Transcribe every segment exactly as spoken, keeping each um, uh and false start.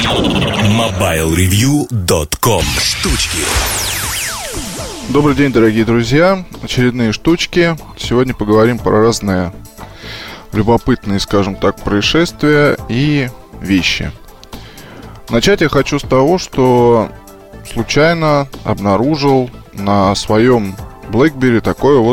мобайл ревью точка ком. Штучки. Добрый день, дорогие друзья. Очередные штучки. Сегодня поговорим про разные любопытные, скажем так, происшествия и вещи. Начать я хочу с того, что случайно обнаружил на своем BlackBerry такое вот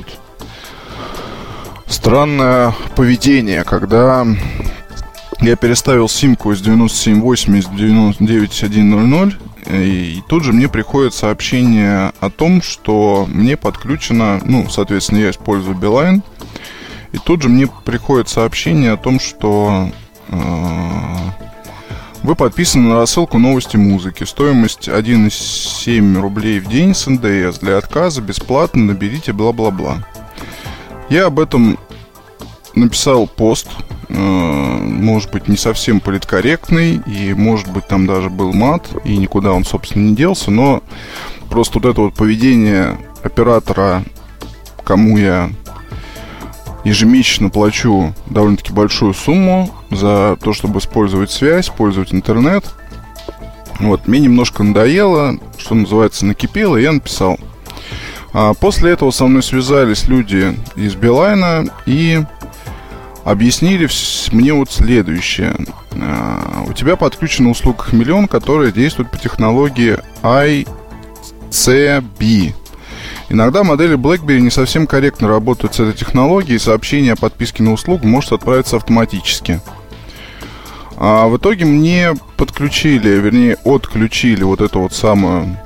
странное поведение, когда я переставил симку из девяносто семь восемьдесят в девяносто девять тысяча сто, и тут же мне приходит сообщение о том, что мне подключено, ну, соответственно, я использую Билайн, и тут же мне приходит сообщение о том, что э, вы подписаны на рассылку новости музыки. Стоимость один и семь рублей в день с эн дэ эс. Для отказа бесплатно наберите бла-бла-бла. Я об этом написал пост, э, может быть, не совсем политкорректный, и, может быть, там даже был мат, и никуда он, собственно, не делся, но просто вот это вот поведение оператора, кому я ежемесячно плачу довольно-таки большую сумму за то, чтобы использовать связь, использовать интернет, вот, мне немножко надоело, что называется, накипело, и я написал. А после этого со мной связались люди из Билайна и объяснили мне вот следующее. У тебя подключена услуга Хамелеон, которая действует по технологии ай си би. Иногда модели BlackBerry не совсем корректно работают с этой технологией, и сообщение о подписке на услугу может отправиться автоматически. А в итоге мне подключили, вернее, отключили вот эту вот самую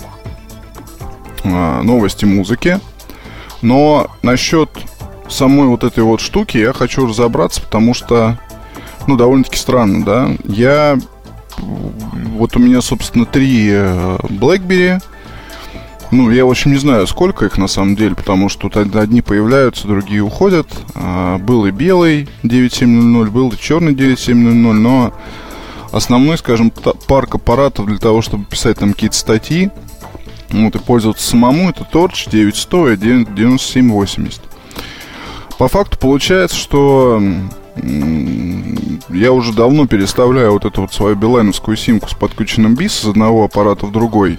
а, новости музыки. Но насчет самой вот этой вот штуки я хочу разобраться, потому что, ну, довольно-таки странно, да. Я, вот у меня, собственно, три BlackBerry. Ну, я, в общем, не знаю, сколько их на самом деле, потому что тут одни появляются, другие уходят. Был и белый девять семь ноль ноль, был и черный девять семь ноль ноль, но основной, скажем, парк аппаратов для того, чтобы писать там какие-то статьи, вот, и пользоваться самому, это Torch девять сто и девяносто семь восемьдесят. По факту получается, что я уже давно переставляю вот эту вот свою билайновскую симку с подключенным би эс из одного аппарата в другой.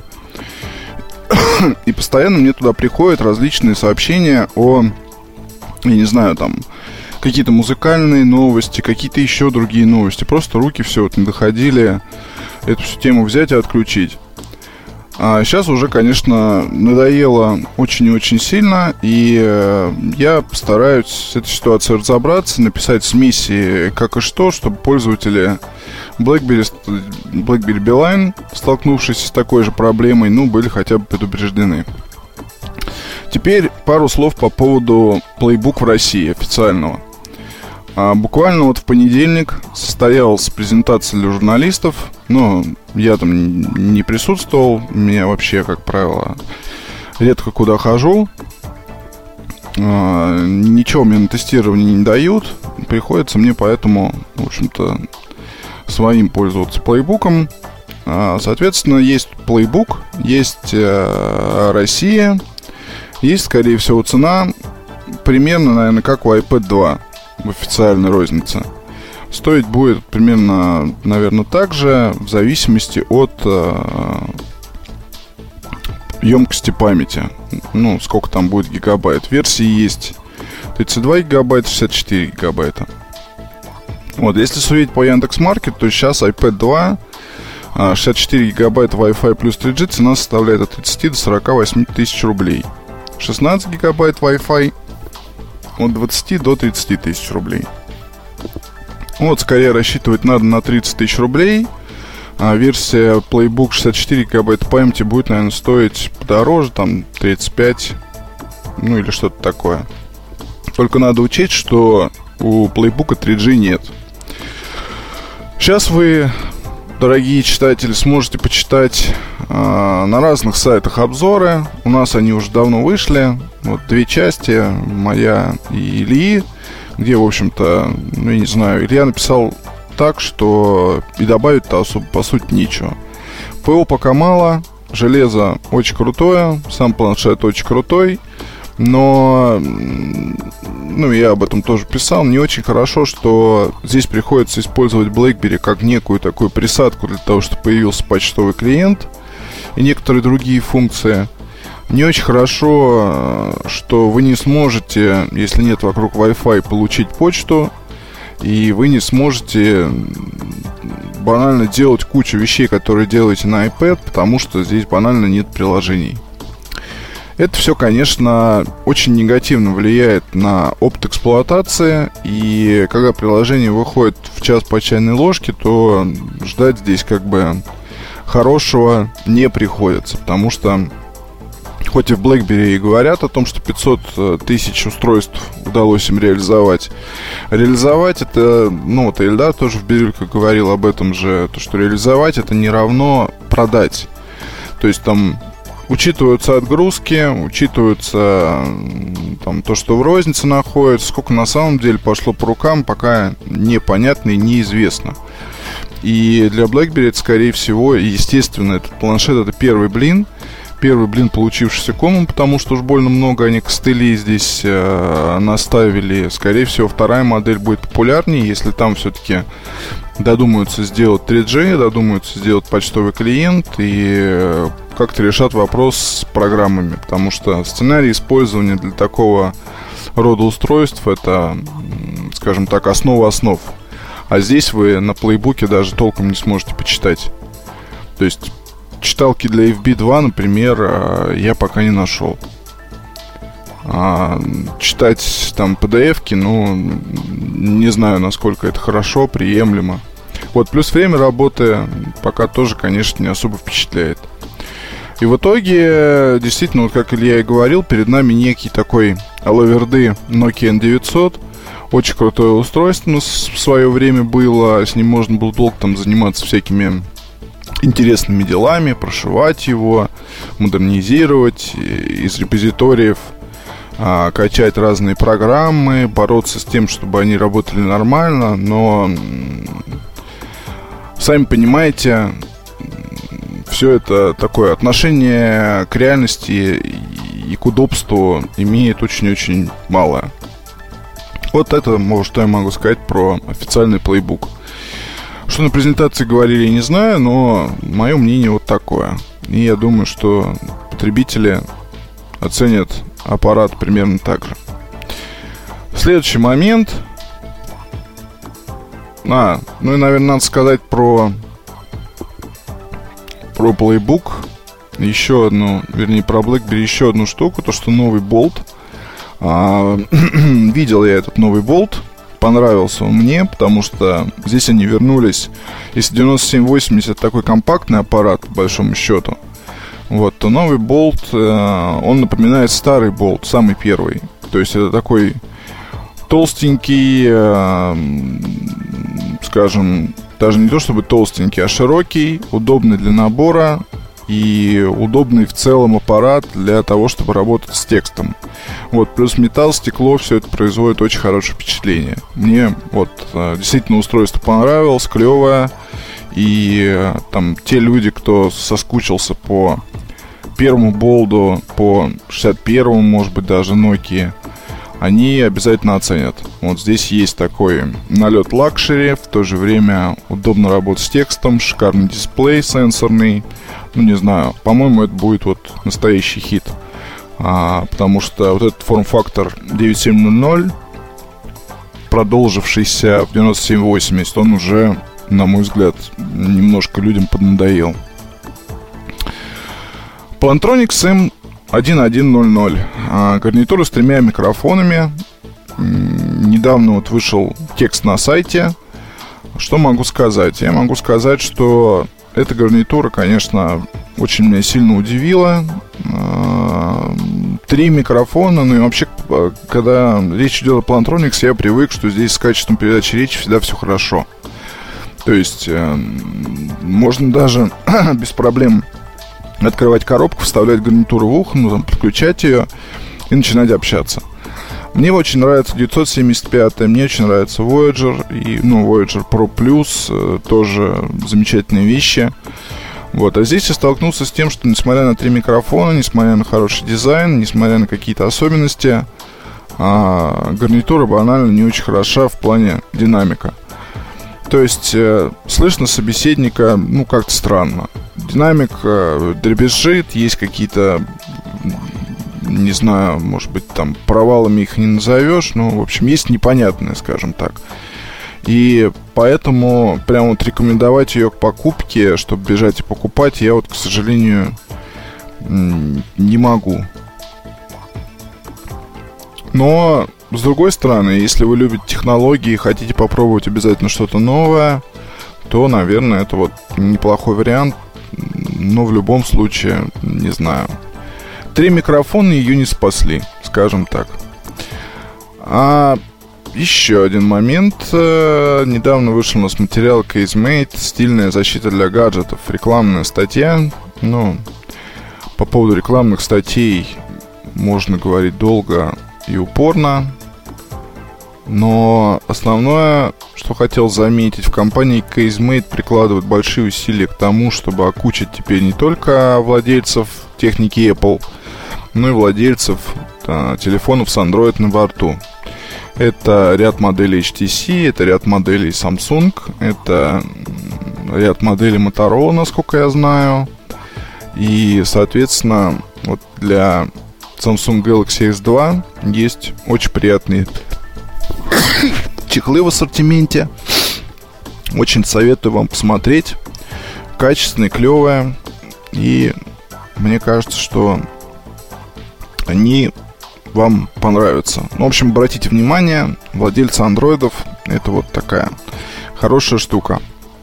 И постоянно мне туда приходят различные сообщения о, я не знаю, там, какие-то музыкальные новости, какие-то еще другие новости. Просто руки все вот не доходили эту всю тему взять и отключить. А сейчас уже, конечно, надоело очень и очень сильно, и э, я постараюсь с этой ситуацией разобраться, написать смеси как и что, чтобы пользователи BlackBerry, BlackBerry Beeline, столкнувшись с такой же проблемой, ну, были хотя бы предупреждены. Теперь пару слов по поводу Playbook в России официального. А, буквально вот в понедельник состоялась презентация для журналистов. Ну, я там не присутствовал. Меня вообще, как правило, редко куда хожу. а, Ничего мне на тестирование не дают. Приходится мне поэтому, в общем-то, своим пользоваться плейбуком. а, Соответственно, есть Playbook, есть э, Россия. Есть, скорее всего, цена примерно, наверное, как у айпэд два в официальной рознице. Стоить будет примерно, наверное, так же, в зависимости от э, емкости памяти. Ну, сколько там будет гигабайт. Версии есть тридцать два гигабайта, шестьдесят четыре гигабайта. Вот, если судить по Яндекс.Маркет, то сейчас айпэд два шестьдесят четыре гигабайта Wi-Fi плюс три джи, цена составляет от тридцати до сорока восьми тысяч рублей. шестнадцать гигабайт Wi-Fi от двадцати до тридцати тысяч рублей. Вот, скорее рассчитывать надо на тридцать тысяч рублей. А версия Playbook шестьдесят четыре гигабайта памяти будет, наверное, стоить подороже, там тридцать пять, ну или что-то такое. Только надо учесть, что у Playbook три джи нет. Сейчас вы, дорогие читатели, сможете почитать э, на разных сайтах обзоры. У нас они уже давно вышли. Вот две части, моя и Ильи, где, в общем-то, ну, я не знаю, Илья написал так, что и добавить-то особо, по сути, нечего. ПО пока мало, железо очень крутое, сам планшет очень крутой. Но, ну, я об этом тоже писал, не очень хорошо, что здесь приходится использовать BlackBerry как некую такую присадку для того, чтобы появился почтовый клиент и некоторые другие функции. Не очень хорошо, что вы не сможете, если нет вокруг Wi-Fi, получить почту, и вы не сможете банально делать кучу вещей, которые делаете на iPad, потому что здесь банально нет приложений. Это все, конечно, очень негативно влияет на опыт эксплуатации, и когда приложение выходит в час по чайной ложке, то ждать здесь как бы хорошего не приходится, потому что хоть и в BlackBerry и говорят о том, что пятьсот тысяч устройств удалось им реализовать. Реализовать это, ну вот Эльдар тоже в Бирюльке говорил об этом же, то, что реализовать это не равно продать. То есть там учитываются отгрузки, учитываются там, то, что в рознице находится, сколько на самом деле пошло по рукам, пока непонятно и неизвестно. И для BlackBerry это, скорее всего, естественно, этот планшет это первый блин. Первый блин, получившийся комом, потому что уж больно много они костылей здесь э, наставили. Скорее всего, вторая модель будет популярнее, если там все-таки додумаются сделать три джи, додумаются сделать почтовый клиент и э, как-то решат вопрос с программами. Потому что сценарий использования для такого рода устройств это, скажем так, основа основ. А здесь вы на плейбуке даже толком не сможете почитать. То есть читалки для эф би два, например, я пока не нашел. А читать там пи ди эф-ки, ну, не знаю, насколько это хорошо, приемлемо. Вот, плюс время работы пока тоже, конечно, не особо впечатляет. И в итоге, действительно, вот как Илья и говорил, перед нами некий такой лаверды Nokia эн девятьсот. Очень крутое устройство, но в свое время было. С ним можно было долго там заниматься всякими интересными делами, прошивать его, модернизировать, из репозиториев а, качать разные программы, бороться с тем, чтобы они работали нормально. Но, сами понимаете, все это такое отношение к реальности и к удобству имеет очень-очень малое. Вот это, что я могу сказать про официальный плейбук. Что на презентации говорили, я не знаю, но мое мнение вот такое. И я думаю, что потребители оценят аппарат примерно так же. Следующий момент. А, ну и, наверное, надо сказать про Про Playbook. Еще одну, вернее, про BlackBerry еще одну штуку. То, что новый Bolt. а, Видел я этот новый Bolt. Понравился он мне, потому что здесь они вернулись. Если девяносто семь восемьдесят такой компактный аппарат, по большому счету, вот, то новый Bolt, э, он напоминает старый Bolt, самый первый. То есть это такой толстенький, э, скажем, даже не то чтобы толстенький, а широкий, удобный для набора и удобный в целом аппарат для того, чтобы работать с текстом. Вот, плюс металл, стекло, все это производит очень хорошее впечатление. Мне вот действительно устройство понравилось, клевое. И там те люди, кто соскучился по первому болду, по шестьдесят первому, может быть, даже Nokia, они обязательно оценят. Вот здесь есть такой налет лакшери, в то же время удобно работать с текстом, шикарный дисплей сенсорный. Ну, не знаю, по-моему, это будет вот настоящий хит. а, Потому что вот этот форм-фактор девять семь ноль ноль, продолжившийся в девяносто семь восемьдесят, он уже, на мой взгляд, немножко людям поднадоел. Plantronics эм одиннадцать ноль ноль, а, гарнитура с тремя микрофонами. Недавно вот вышел текст на сайте. Что могу сказать? Я могу сказать, что эта гарнитура, конечно, очень меня сильно удивила. Три микрофона, ну и вообще, когда речь идет о Plantronics, я привык, что здесь с качеством передачи речи всегда все хорошо. То есть можно даже без проблем открывать коробку, вставлять гарнитуру в ухо, ну, там, подключать ее и начинать общаться. Мне очень нравится девятьсот семьдесят пять, мне очень нравится Voyager, и, ну, Voyager Pro Plus, э, тоже замечательные вещи. Вот, а здесь я столкнулся с тем, что несмотря на три микрофона, несмотря на хороший дизайн, несмотря на какие-то особенности, а, гарнитура банально не очень хороша в плане динамика. То есть э, слышно собеседника, ну, как-то странно. Динамик э, дребезжит, есть какие-то, не знаю, может быть, там провалами их не назовешь, но, в общем, есть непонятное, скажем так. И поэтому прямо вот рекомендовать ее к покупке, чтобы бежать и покупать, я вот, к сожалению, не могу. Но, с другой стороны, если вы любите технологии и хотите попробовать обязательно что-то новое, то, наверное, это вот неплохой вариант. Но в любом случае, не знаю. Три микрофона ее не спасли, скажем так. А еще один момент. Недавно вышел у нас материал CaseMate, стильная защита для гаджетов, рекламная статья. Ну, по поводу рекламных статей можно говорить долго и упорно. Но основное, что хотел заметить, в компании CaseMate прикладывают большие усилия к тому, чтобы окучить теперь не только владельцев техники Apple, но и владельцев а, телефонов с Android на борту. Это ряд моделей эйч ти си, это ряд моделей Samsung, это ряд моделей Motorola, насколько я знаю. И, соответственно, вот для Samsung Galaxy эс два есть очень приятные чехлы в ассортименте. Очень советую вам посмотреть. Качественные, клевые. И мне кажется, что они вам понравятся. Ну, в общем, обратите внимание, владельцы андроидов, это вот такая хорошая штука.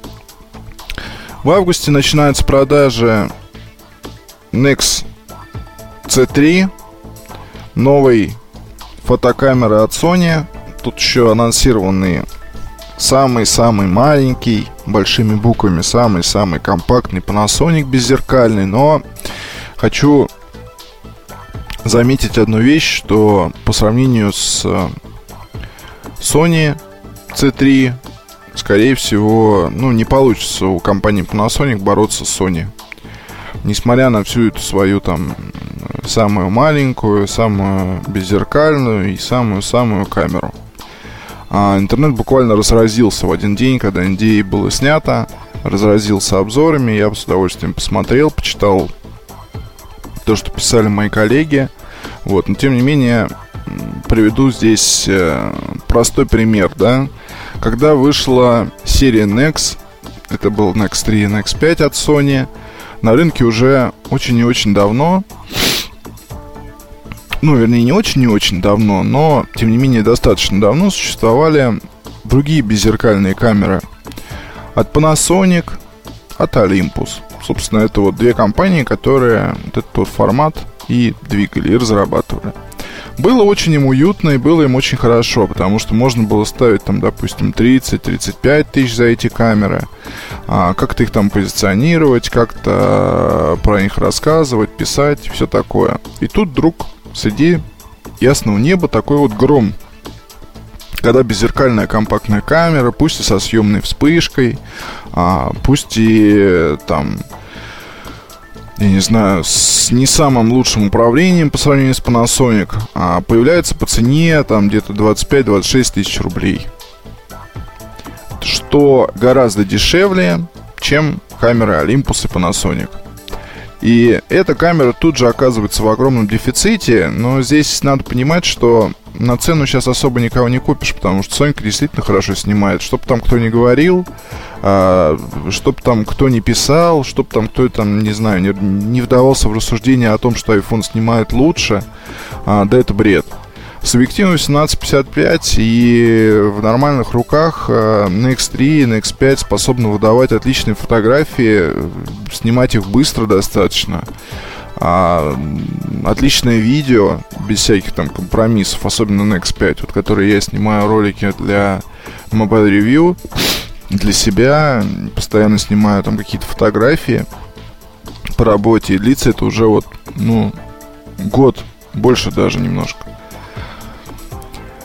В августе начинаются продажи Nex си три, новой фотокамеры от Sony. Тут еще анонсированный самый-самый маленький, большими буквами, самый-самый компактный Panasonic беззеркальный. Но хочу заметить одну вещь, что по сравнению с Sony си три, скорее всего, ну, не получится у компании Panasonic бороться с Sony. Несмотря на всю эту свою там самую маленькую, самую беззеркальную и самую-самую камеру. А интернет буквально разразился в один день, когда эн ди эй было снято. Разразился обзорами, я бы с удовольствием посмотрел, почитал то, что писали мои коллеги. Вот, но тем не менее, приведу здесь э, простой пример, да. Когда вышла серия Nex, это был Nex три и Nex пять от Sony, на рынке уже очень и очень давно, ну, вернее, не очень и очень давно, но, тем не менее, достаточно давно существовали другие беззеркальные камеры от Panasonic, от Olympus. Собственно, это вот две компании, которые вот этот вот формат и двигали, и разрабатывали. Было очень им уютно и было им очень хорошо, потому что можно было ставить там, допустим, тридцать-тридцать пять тысяч за эти камеры, а, как-то их там позиционировать, как-то про них рассказывать, писать, все такое. И тут вдруг среди ясного неба такой вот гром, когда беззеркальная компактная камера, пусть и со съемной вспышкой, а, пусть и там, я не знаю, с не самым лучшим управлением по сравнению с Panasonic, а появляется по цене там где-то двадцать пять-двадцать шесть тысяч рублей, что гораздо дешевле, чем камеры Olympus и Panasonic. И эта камера тут же оказывается в огромном дефиците. Но здесь надо понимать, что на цену сейчас особо никого не купишь, потому что Sony действительно хорошо снимает. Чтоб там кто ни говорил, а, чтоб там кто ни писал, чтоб там кто там, не знаю, не, не вдавался в рассуждения о том, что iPhone снимает лучше, а, да это бред. С объективом восемнадцать пятьдесят пять и в нормальных руках Nex три и Nex пять способны выдавать отличные фотографии, снимать их быстро достаточно, а, отличное видео без всяких там компромиссов, особенно Nex пять, вот, который я снимаю ролики для Mobile Review, для себя, постоянно снимаю там какие-то фотографии по работе, и длится это уже вот, ну, год, больше даже немножко.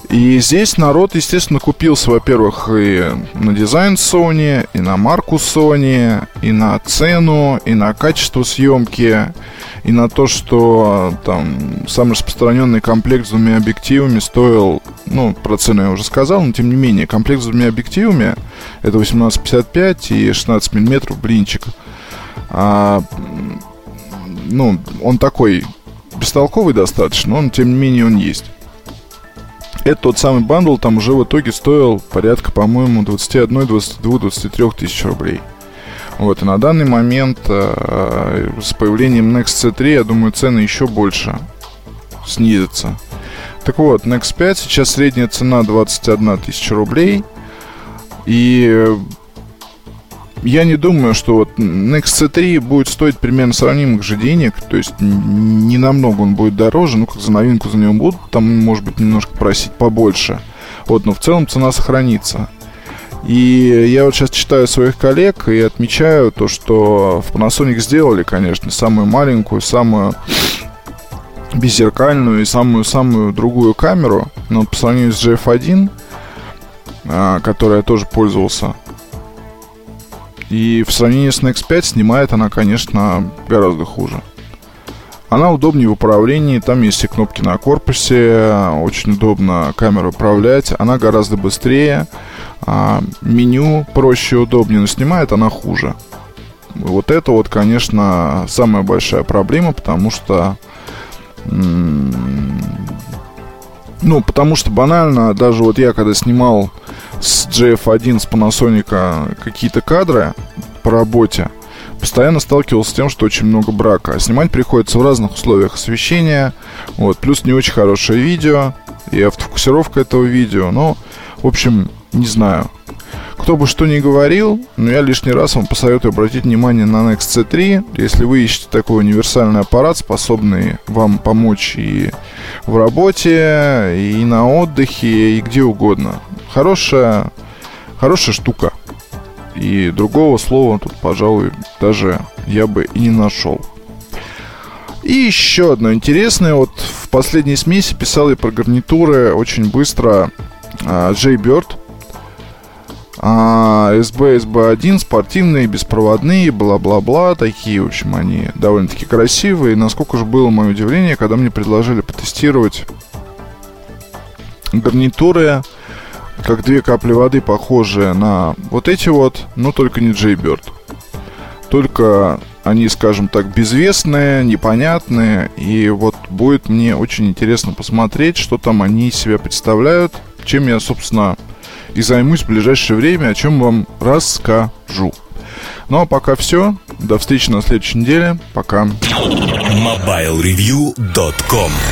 И здесь народ, естественно, купился, во-первых, и на дизайн Sony, и на марку Sony, и на цену, и на качество съемки, и на то, что там самый распространенный комплект с двумя объективами стоил, ну, про цену я уже сказал, но тем не менее, комплект с двумя объективами, это восемнадцать пятьдесят пять и шестнадцать миллиметров блинчик, а, ну, он такой бестолковый достаточно, но тем не менее он есть. Это тот самый бандл, там уже в итоге стоил порядка, по-моему, двадцать один, двадцать два, двадцать три тысяч рублей. Вот, и на данный момент э, с появлением Nexus си три, я думаю, цены еще больше снизятся. Так вот, Nexus пять, сейчас средняя цена двадцать одна тысяча рублей. И я не думаю, что вот Nexus си три будет стоить примерно сравнимых же денег. То есть не намного он будет дороже. Ну, как за новинку за него будут там, может быть, немножко просить побольше. Вот, но в целом цена сохранится. И я вот сейчас читаю своих коллег и отмечаю то, что в Panasonic сделали, конечно, самую маленькую, самую беззеркальную и самую-самую другую камеру. Но по сравнению с джи эф один, которой я тоже пользовался, и в сравнении с Nexus пять снимает она, конечно, гораздо хуже. Она удобнее в управлении, там есть и кнопки на корпусе, очень удобно камеру управлять, она гораздо быстрее, а меню проще и удобнее, но снимает она хуже. Вот это вот, конечно, самая большая проблема, потому что... М- ну, потому что банально, даже вот я когда снимал с джи эф один, с Panasonic какие-то кадры по работе, постоянно сталкивался с тем, что очень много брака. А снимать приходится в разных условиях освещения, вот, плюс не очень хорошее видео и автофокусировка этого видео. Но, в общем, не знаю. Кто бы что ни говорил, но я лишний раз вам посоветую обратить внимание на Nexus си три. Если вы ищете такой универсальный аппарат, способный вам помочь и в работе, и на отдыхе, и где угодно. Хорошая, хорошая штука. И другого слова тут, пожалуй, даже я бы и не нашел. И еще одно интересное. Вот в последней смеси писал я про гарнитуры очень быстро. Jaybird эс би эс би один, спортивные, беспроводные, бла-бла-бла. Такие, в общем, они довольно-таки красивые. И насколько же было мое удивление, когда мне предложили потестировать гарнитуры, как две капли воды, похожие на вот эти вот, но только не Jaybird. Только они, скажем так, безвестные, непонятные. И вот будет мне очень интересно посмотреть, что там они из себя представляют, чем я, собственно, и займусь в ближайшее время, о чем вам расскажу. Ну а пока все. До встречи на следующей неделе. Пока. мобайл ревью точка ком